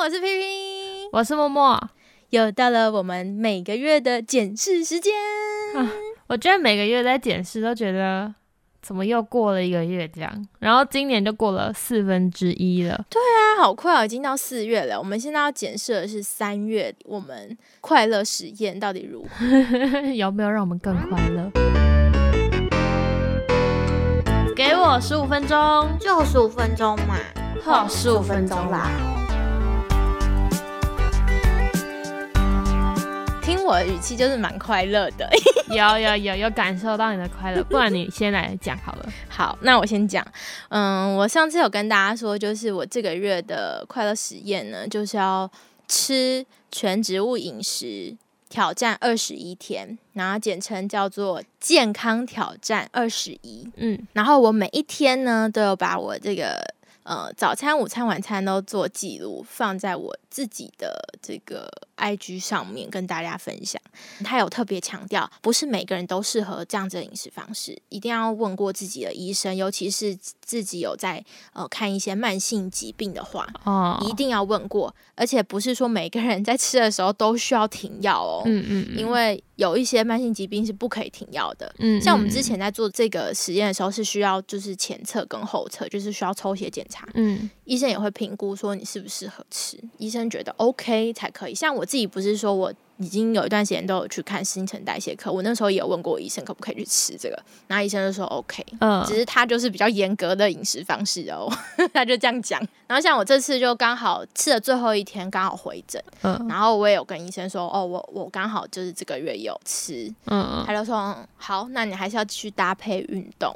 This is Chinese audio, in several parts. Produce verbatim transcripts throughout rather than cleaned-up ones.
我是 P P， 我是默默， 又到了我们每个月的检视时间、啊、 我觉得每个月在检视都觉得怎么又过了一个月这样，然后今年就过了四分之一了。 对啊，好快哦，已经到四月了。我们现在要检视的是三月我们快乐实验到底如何有没有让我们更快乐？给我十五分钟， 就十五分钟嘛， 好，十五分钟啦。 听我的语气就是蛮快乐的有有有有感受到你的快乐，不然你先来讲好了。 好，那我先讲。嗯，我上次有跟大家说，就是我这个月的快乐实验呢，就是要吃全植物饮食挑战二十一天，然后简称叫做健康挑战二十一。嗯，然后我每一天呢都有把我这个呃早餐、午餐、晚餐都做记录，放在我自己的这个 I G 上面跟大家分享。他有特别强调，不是每个人都适合这样子的饮食方式，一定要问过自己的医生，尤其是自己有在呃看一些慢性疾病的话，哦，一定要问过。而且不是说每个人在吃的时候都需要停药哦，嗯嗯嗯，因为有一些慢性疾病是不可以停药的。嗯，像我们之前在做这个实验的时候，是需要就是前测跟后测，就是需要抽血检查。嗯，医生也会评估说你适不适合吃，医生觉得 OK 才可以。像我自己不是说我已经有一段时间都有去看新陈代谢科，我那时候也有问过我医生可不可以去吃这个，然后医生就说 OK，嗯，只是他就是比较严格的饮食方式哦，他就这样讲。然后像我这次就刚好吃了最后一天，刚好回诊，嗯，然后我也有跟医生说，哦，我我刚好就是这个月也有吃，嗯，他就说、嗯、好，那你还是要去搭配运动。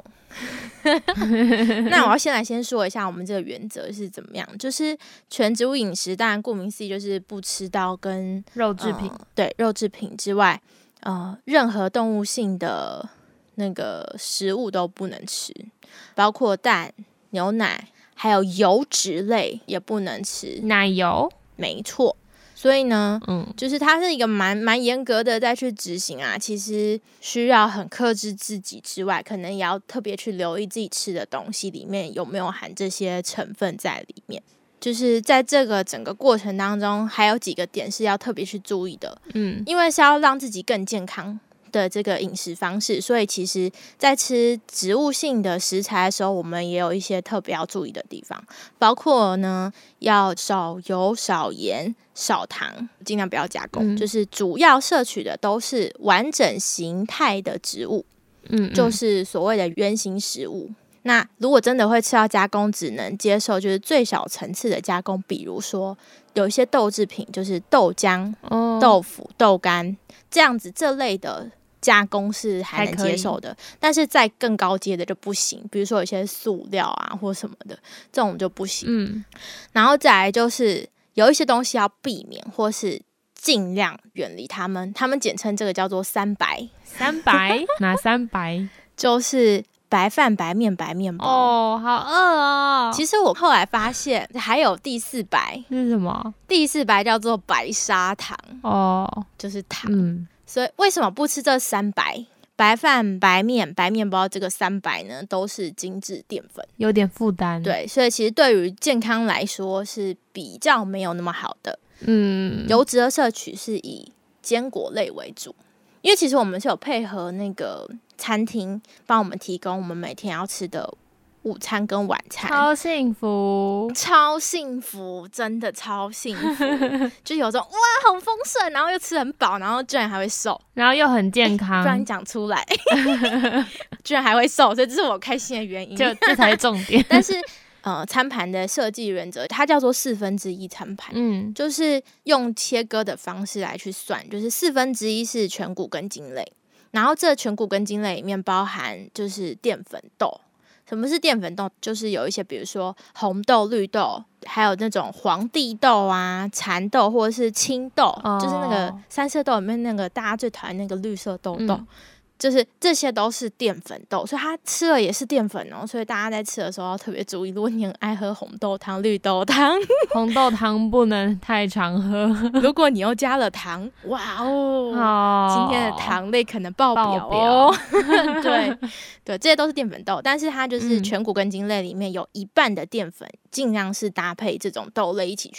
那我要先来先说一下我们这个原则是怎么样，就是全植物饮食，当然顾名思义就是不吃到跟肉制品、 呃、对肉制品之外，呃，任何动物性的那个食物都不能吃，包括蛋、牛奶，还有油脂类也不能吃。 奶油， 没错。所以呢，嗯，就是它是一个蛮蛮严格的再去执行啊，其实需要很克制自己之外，可能也要特别去留意自己吃的东西里面有没有含这些成分在里面。就是在这个整个过程当中，还有几个点是要特别去注意的，嗯，因为是要让自己更健康的这个饮食方式，所以其实在吃植物性的食材的时候，我们也有一些特别要注意的地方，包括呢要少油、少盐、少糖，尽量不要加工，嗯，就是主要摄取的都是完整形态的植物，嗯嗯，就是所谓的原型食物。那如果真的会吃到加工，只能接受就是最小层次的加工，比如说有一些豆制品，就是豆浆、哦、豆腐、豆干这样子，这类的加工是还能接受的，但是再更高阶的就不行，比如说有些塑料啊或什么的，这种就不行。嗯，然后再来就是有一些东西要避免，或是尽量远离他们，他们简称这个叫做三白。 三白哪三白？ 就是白饭、白面、白面包。 哦，好饿哦！ 其实我后来发现还有第四白是什么？ 第四白叫做白砂糖哦，就是糖。嗯，所以为什么不吃这三白？白饭、白面、白面包这个三白呢，都是精致淀粉， 有点负担。 对，所以其实对于健康来说是比较没有那么好的。嗯，油脂的摄取是以坚果类为主，因为其实我们是有配合那个餐厅帮我们提供我们每天要吃的午餐跟晚餐， 超幸福， 超幸福，真的超幸福，就有种哇好丰盛，然后又吃很饱，然后居然还会瘦， 然后又很健康， 欸、不然你讲出来居然还会瘦，所以这是我开心的原因， 就这才是重点但是呃，餐盘的设计原则，它叫做四分之一餐盘，嗯，就是用切割的方式来去算，就是四分之一是全谷根茎类，然后这全谷根茎类里面包含就是淀粉豆。什么是淀粉豆？就是有一些，比如说红豆、绿豆，还有那种黄地豆啊、蚕豆或者是青豆，哦，就是那个三色豆里面那个大家最讨厌那个绿色豆豆。嗯，就是这些都是淀粉豆，所以它吃了也是淀粉哦。所以大家在吃的时候要特别注意，如果你很爱喝红豆汤、绿豆汤， 红豆汤不能太常喝。 如果你又加了糖，哇哦，哦今天的糖类可能爆表哦。对对，这些都是淀粉豆，但是它就是全谷根茎类里面有一半的淀粉，尽量是搭配这种豆类一起去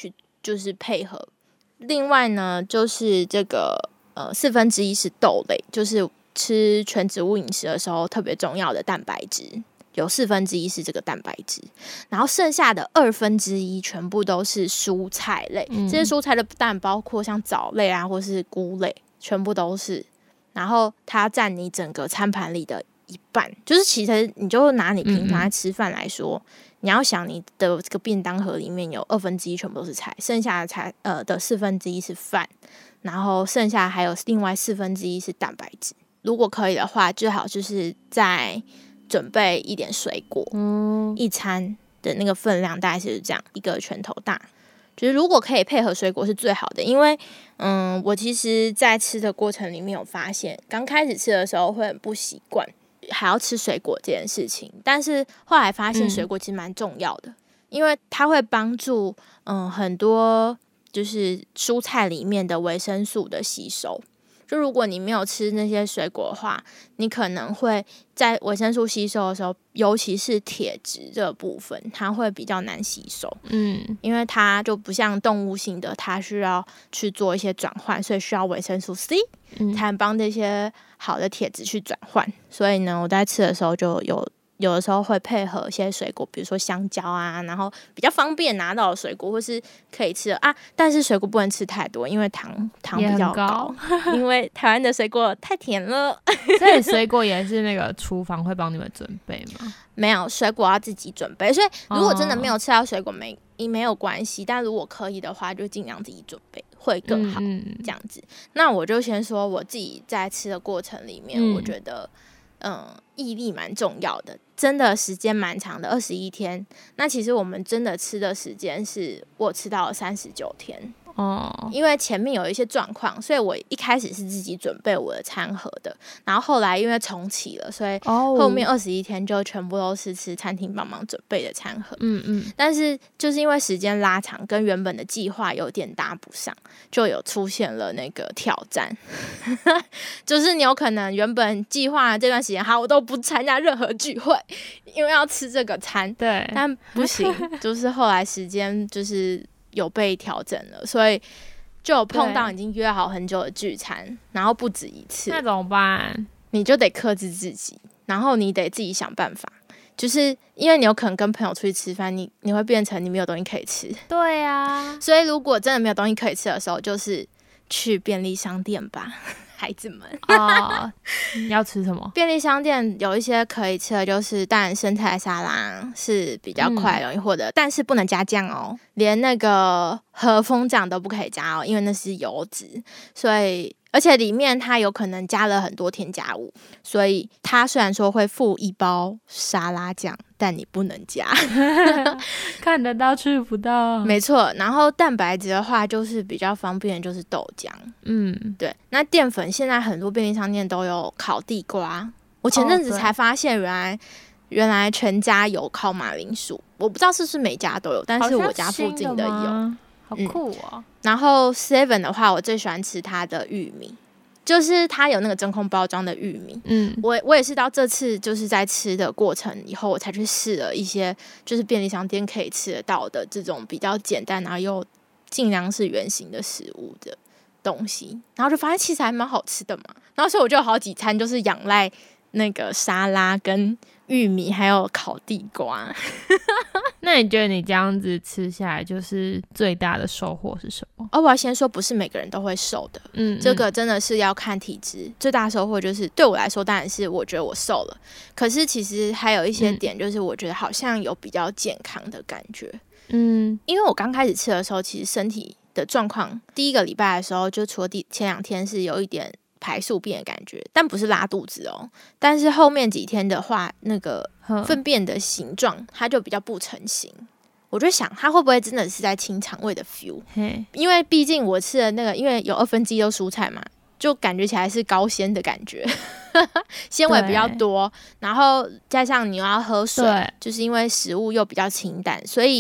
就是配合。另外呢，就是这个呃四分之一是豆类，就是吃全植物饮食的时候特别重要的蛋白质，有四分之一是这个蛋白质，然后剩下的二分之一全部都是蔬菜类。嗯、这些蔬菜的不但包括像藻类啊，或是菇类，全部都是。然后它占你整个餐盘里的一半，就是其实你就拿你平常在吃饭来说，嗯、你要想你的这个便当盒里面有二分之一全部都是菜，剩下的菜呃的四分之一是饭，然后剩下还有另外四分之一是蛋白质。如果可以的话，最好就是再准备一点水果，嗯，一餐的那个分量大概是这样，一个拳头大。就是如果可以配合水果是最好的，因为嗯，我其实在吃的过程里面有发现，刚开始吃的时候会很不习惯还要吃水果这件事情，但是后来发现水果其实蛮重要的，嗯、因为它会帮助嗯很多就是蔬菜里面的维生素的吸收。就如果你没有吃那些水果的话，你可能会在维生素吸收的时候，尤其是铁质这部分，它会比较难吸收。嗯，因为它就不像动物性的，它需要去做一些转换，所以需要维生素 C 才能帮这些好的铁质去转换。所以呢，我在吃的时候就有。有的时候会配合一些水果，比如说香蕉啊，然后比较方便拿到的水果，或是可以吃的啊。但是水果不能吃太多，因为糖糖比较高，高因为台湾的水果太甜了。 所以水果也是那个厨房会帮你们准备吗？ 没有，水果要自己准备。所以如果真的没有吃到水果没没有关系，但如果可以的话，就尽量自己准备会更好。嗯嗯这样子，那我就先说我自己在吃的过程里面，嗯、我觉得。嗯，毅力蛮重要的，真的时间蛮长的，二十一天。那其实我们真的吃的时间是我吃到了三十九天哦，因为前面有一些状况，所以我一开始是自己准备我的餐盒的，然后后来因为重启了，所以后面二十一天就全部都是吃餐厅帮忙准备的餐盒。嗯嗯，但是就是因为时间拉长，跟原本的计划有点搭不上，就有出现了那个挑战，就是你有可能原本计划这段时间好，我都不参加任何聚会，因为要吃这个餐，对，但不行，就是后来时间就是有被调整了，所以就有碰到已经约好很久的聚餐，然后不止一次， 那怎么办？ 你就得克制自己，然后你得自己想办法，就是因为你有可能跟朋友出去吃饭，你你会变成你没有东西可以吃， 对啊， 所以如果真的没有东西可以吃的时候，就是去便利商店吧。孩子们哦，你要吃什么？ 便利商店有一些可以吃的，就是当然生菜沙拉是比较快容易获得，嗯、但是不能加酱哦，连那个和风酱都不可以加哦，因为那是油脂，所以而且里面它有可能加了很多添加物，所以它虽然说会附一包沙拉酱，但你不能加， 看得到吃不到。 没错，然后蛋白质的话就是比较方便，就是豆浆。嗯，对。那淀粉现在很多便利商店都有烤地瓜，我前阵子才发现原来、哦、原来全家有烤马铃薯，我不知道是不是每家都有，但是我家附近的有。 好酷哦、嗯！ 然后 seven 的话，我最喜欢吃它的玉米，就是它有那个真空包装的玉米。嗯，我我也是到这次就是在吃的过程以后，我才去试了一些就是便利商店可以吃得到的这种比较简单然后又尽量是原型的食物的东西，然后就发现其实还蛮好吃的嘛。然后所以我就有好几餐就是仰赖那个沙拉跟玉米还有烤地瓜。 那你觉得你这样子吃下来就是最大的收获是什么？ 哦，我要先说不是每个人都会瘦的，嗯，这个真的是要看体质。最大的收获就是对我来说当然是我觉得我瘦了，可是其实还有一些点就是我觉得好像有比较健康的感觉。嗯，因为我刚开始吃的时候其实身体的状况第一个礼拜的时候就除了第前两天是有一点排宿便的感觉，但不是拉肚子哦。但是后面几天的话，那个粪便的形状它就比较不成形。我就想，它会不会真的是在清肠胃的 feel？ 因为毕竟我吃的那个，因为有二分之一都蔬菜嘛，就感觉起来是高纤的感觉，纤维比较多。然后加上你又要喝水，就是因为食物又比较清淡，所以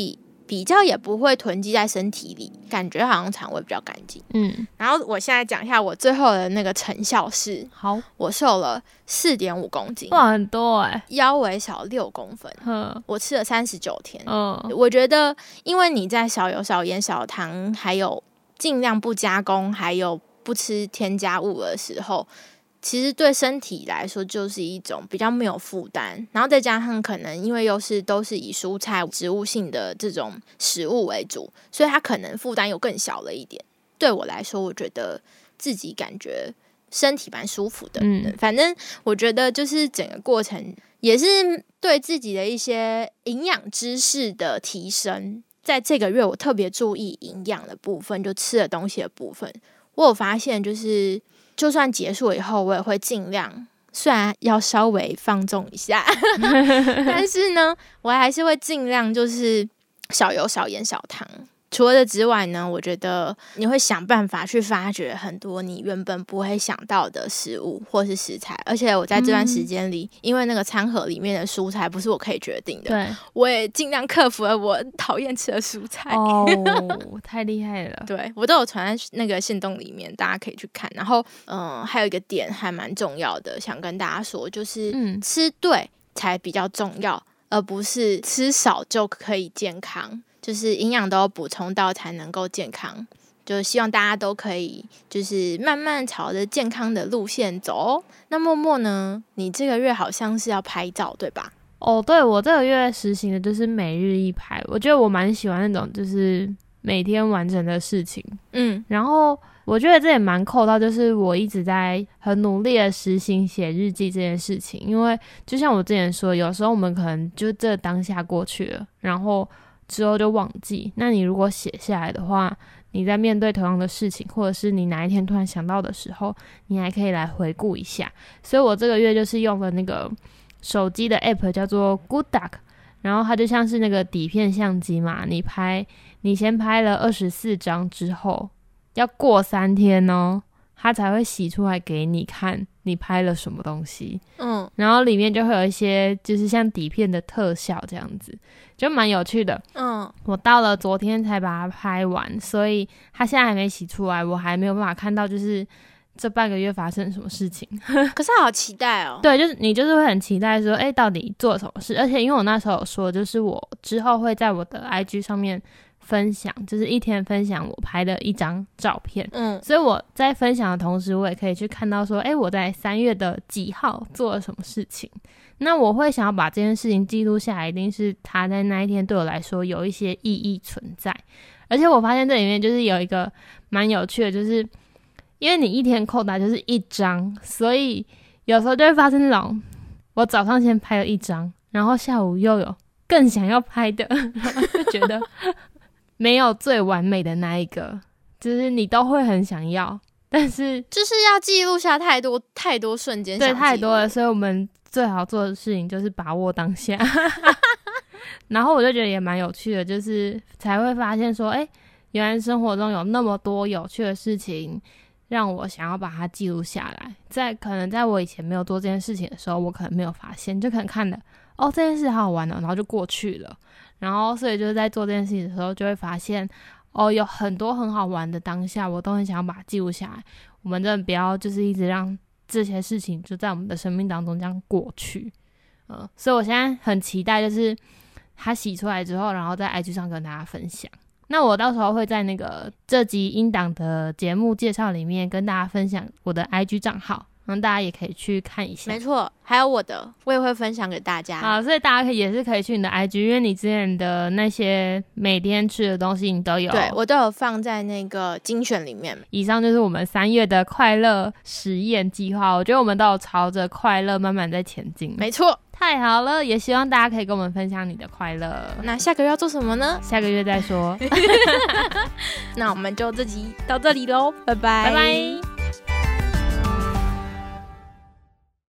比较也不会囤积在身体里，感觉好像肠胃比较干净。 嗯， 然后我现在讲一下我最后的那个成效是， 好， 我瘦了四点五公斤， 哇，很多哎、欸， 腰围小六公分。 嗯， 我吃了三十九天。 嗯， 我觉得，因为你在少油、少盐、少糖，还有尽量不加工，还有不吃添加物的时候，其实对身体来说就是一种比较没有负担，然后再加上可能因为又是都是以蔬菜植物性的这种食物为主，所以它可能负担又更小了一点。对我来说，我觉得自己感觉身体蛮舒服的。嗯，反正我觉得就是整个过程也是对自己的一些营养知识的提升。在这个月，我特别注意营养的部分，就吃的东西的部分。我有发现，就是就算结束以后，我也会尽量，虽然要稍微放纵一下，但是呢，我还是会尽量就是少油、少盐、少糖。除了这之外呢，我觉得你会想办法去发掘很多你原本不会想到的食物或是食材，而且我在这段时间里、嗯，因为那个餐盒里面的蔬菜不是我可以决定的，对，我也尽量克服了我讨厌吃的蔬菜。 哦，太厉害了！ 对，我都有传在那个限动里面，大家可以去看。然后，嗯、呃，还有一个点还蛮重要的，想跟大家说，就是、嗯、吃对才比较重要，而不是吃少就可以健康。就是营养都有补充到才能够健康，就希望大家都可以就是慢慢朝着健康的路线走哦。那默默呢，你这个月好像是要拍照对吧？ 哦，对，我这个月实行的就是每日一拍，我觉得我蛮喜欢那种就是每天完成的事情。嗯，然后我觉得这也蛮扣到就是我一直在很努力的实行写日记这件事情，因为就像我之前说，有时候我们可能就这当下过去了，然后之后就忘记，那你如果写下来的话，你在面对同样的事情，或者是你哪一天突然想到的时候，你还可以来回顾一下。所以我这个月就是用了那个手机的 app 叫做 Good Duck， 然后它就像是那个底片相机嘛，你拍你先拍了二十四张之后，要过三天哦，它才会洗出来给你看你拍了什么东西。嗯，然后里面就会有一些就是像底片的特效这样子，就蛮有趣的。嗯，我到了昨天才把它拍完，所以它现在还没洗出来，我还没有办法看到就是这半个月发生什么事情。 可是好期待哦。 对，就是你就是会很期待说哎，到底做了什么事。而且因为我那时候有说就是我之后会在我的 I G 上面分享，就是一天分享我拍的一张照片。嗯，所以我在分享的同时，我也可以去看到说哎，我在三月的几号做了什么事情。那我会想要把这件事情记录下来，一定是它在那一天对我来说有一些意义存在。而且我发现这里面就是有一个蛮有趣的，就是因为你一天扣打就是一张，所以有时候就会发生那种我早上先拍了一张，然后下午又有更想要拍的，然后就觉得没有最完美的那一个，就是你都会很想要，但是就是要记录下太多太多瞬间， 对，太多了，所以我们最好做的事情就是把握当下。然后我就觉得也蛮有趣的，就是才会发现说哎，原来生活中有那么多有趣的事情让我想要把它记录下来。在可能在我以前没有做这件事情的时候，我可能没有发现，就可能看了哦这件事好好玩哦，然后就过去了。然后所以就是在做这件事情的时候就会发现哦有很多很好玩的当下，我都很想要把它记录下来。我们真的不要就是一直让这些事情就在我们的生命当中这样过去。嗯，所以我现在很期待就是它洗出来之后，然后在 I G 上跟大家分享。那我到时候会在那个这集音档的节目介绍里面跟大家分享我的 I G 账号，然后大家也可以去看一下。 没错，还有我的我也会分享给大家。 好，所以大家可以也是可以去你的 I G， 因为你之前的那些每天吃的东西你都有， 对，我都有放在那个精选里面。 以上就是我们三月的快乐实验计划，我觉得我们都有朝着快乐慢慢在前进。 没错， 太好了，也希望大家可以跟我们分享你的快乐。 那下个月要做什么呢？ 下个月再说。 那我们就这集到这里咯，拜拜， 拜拜。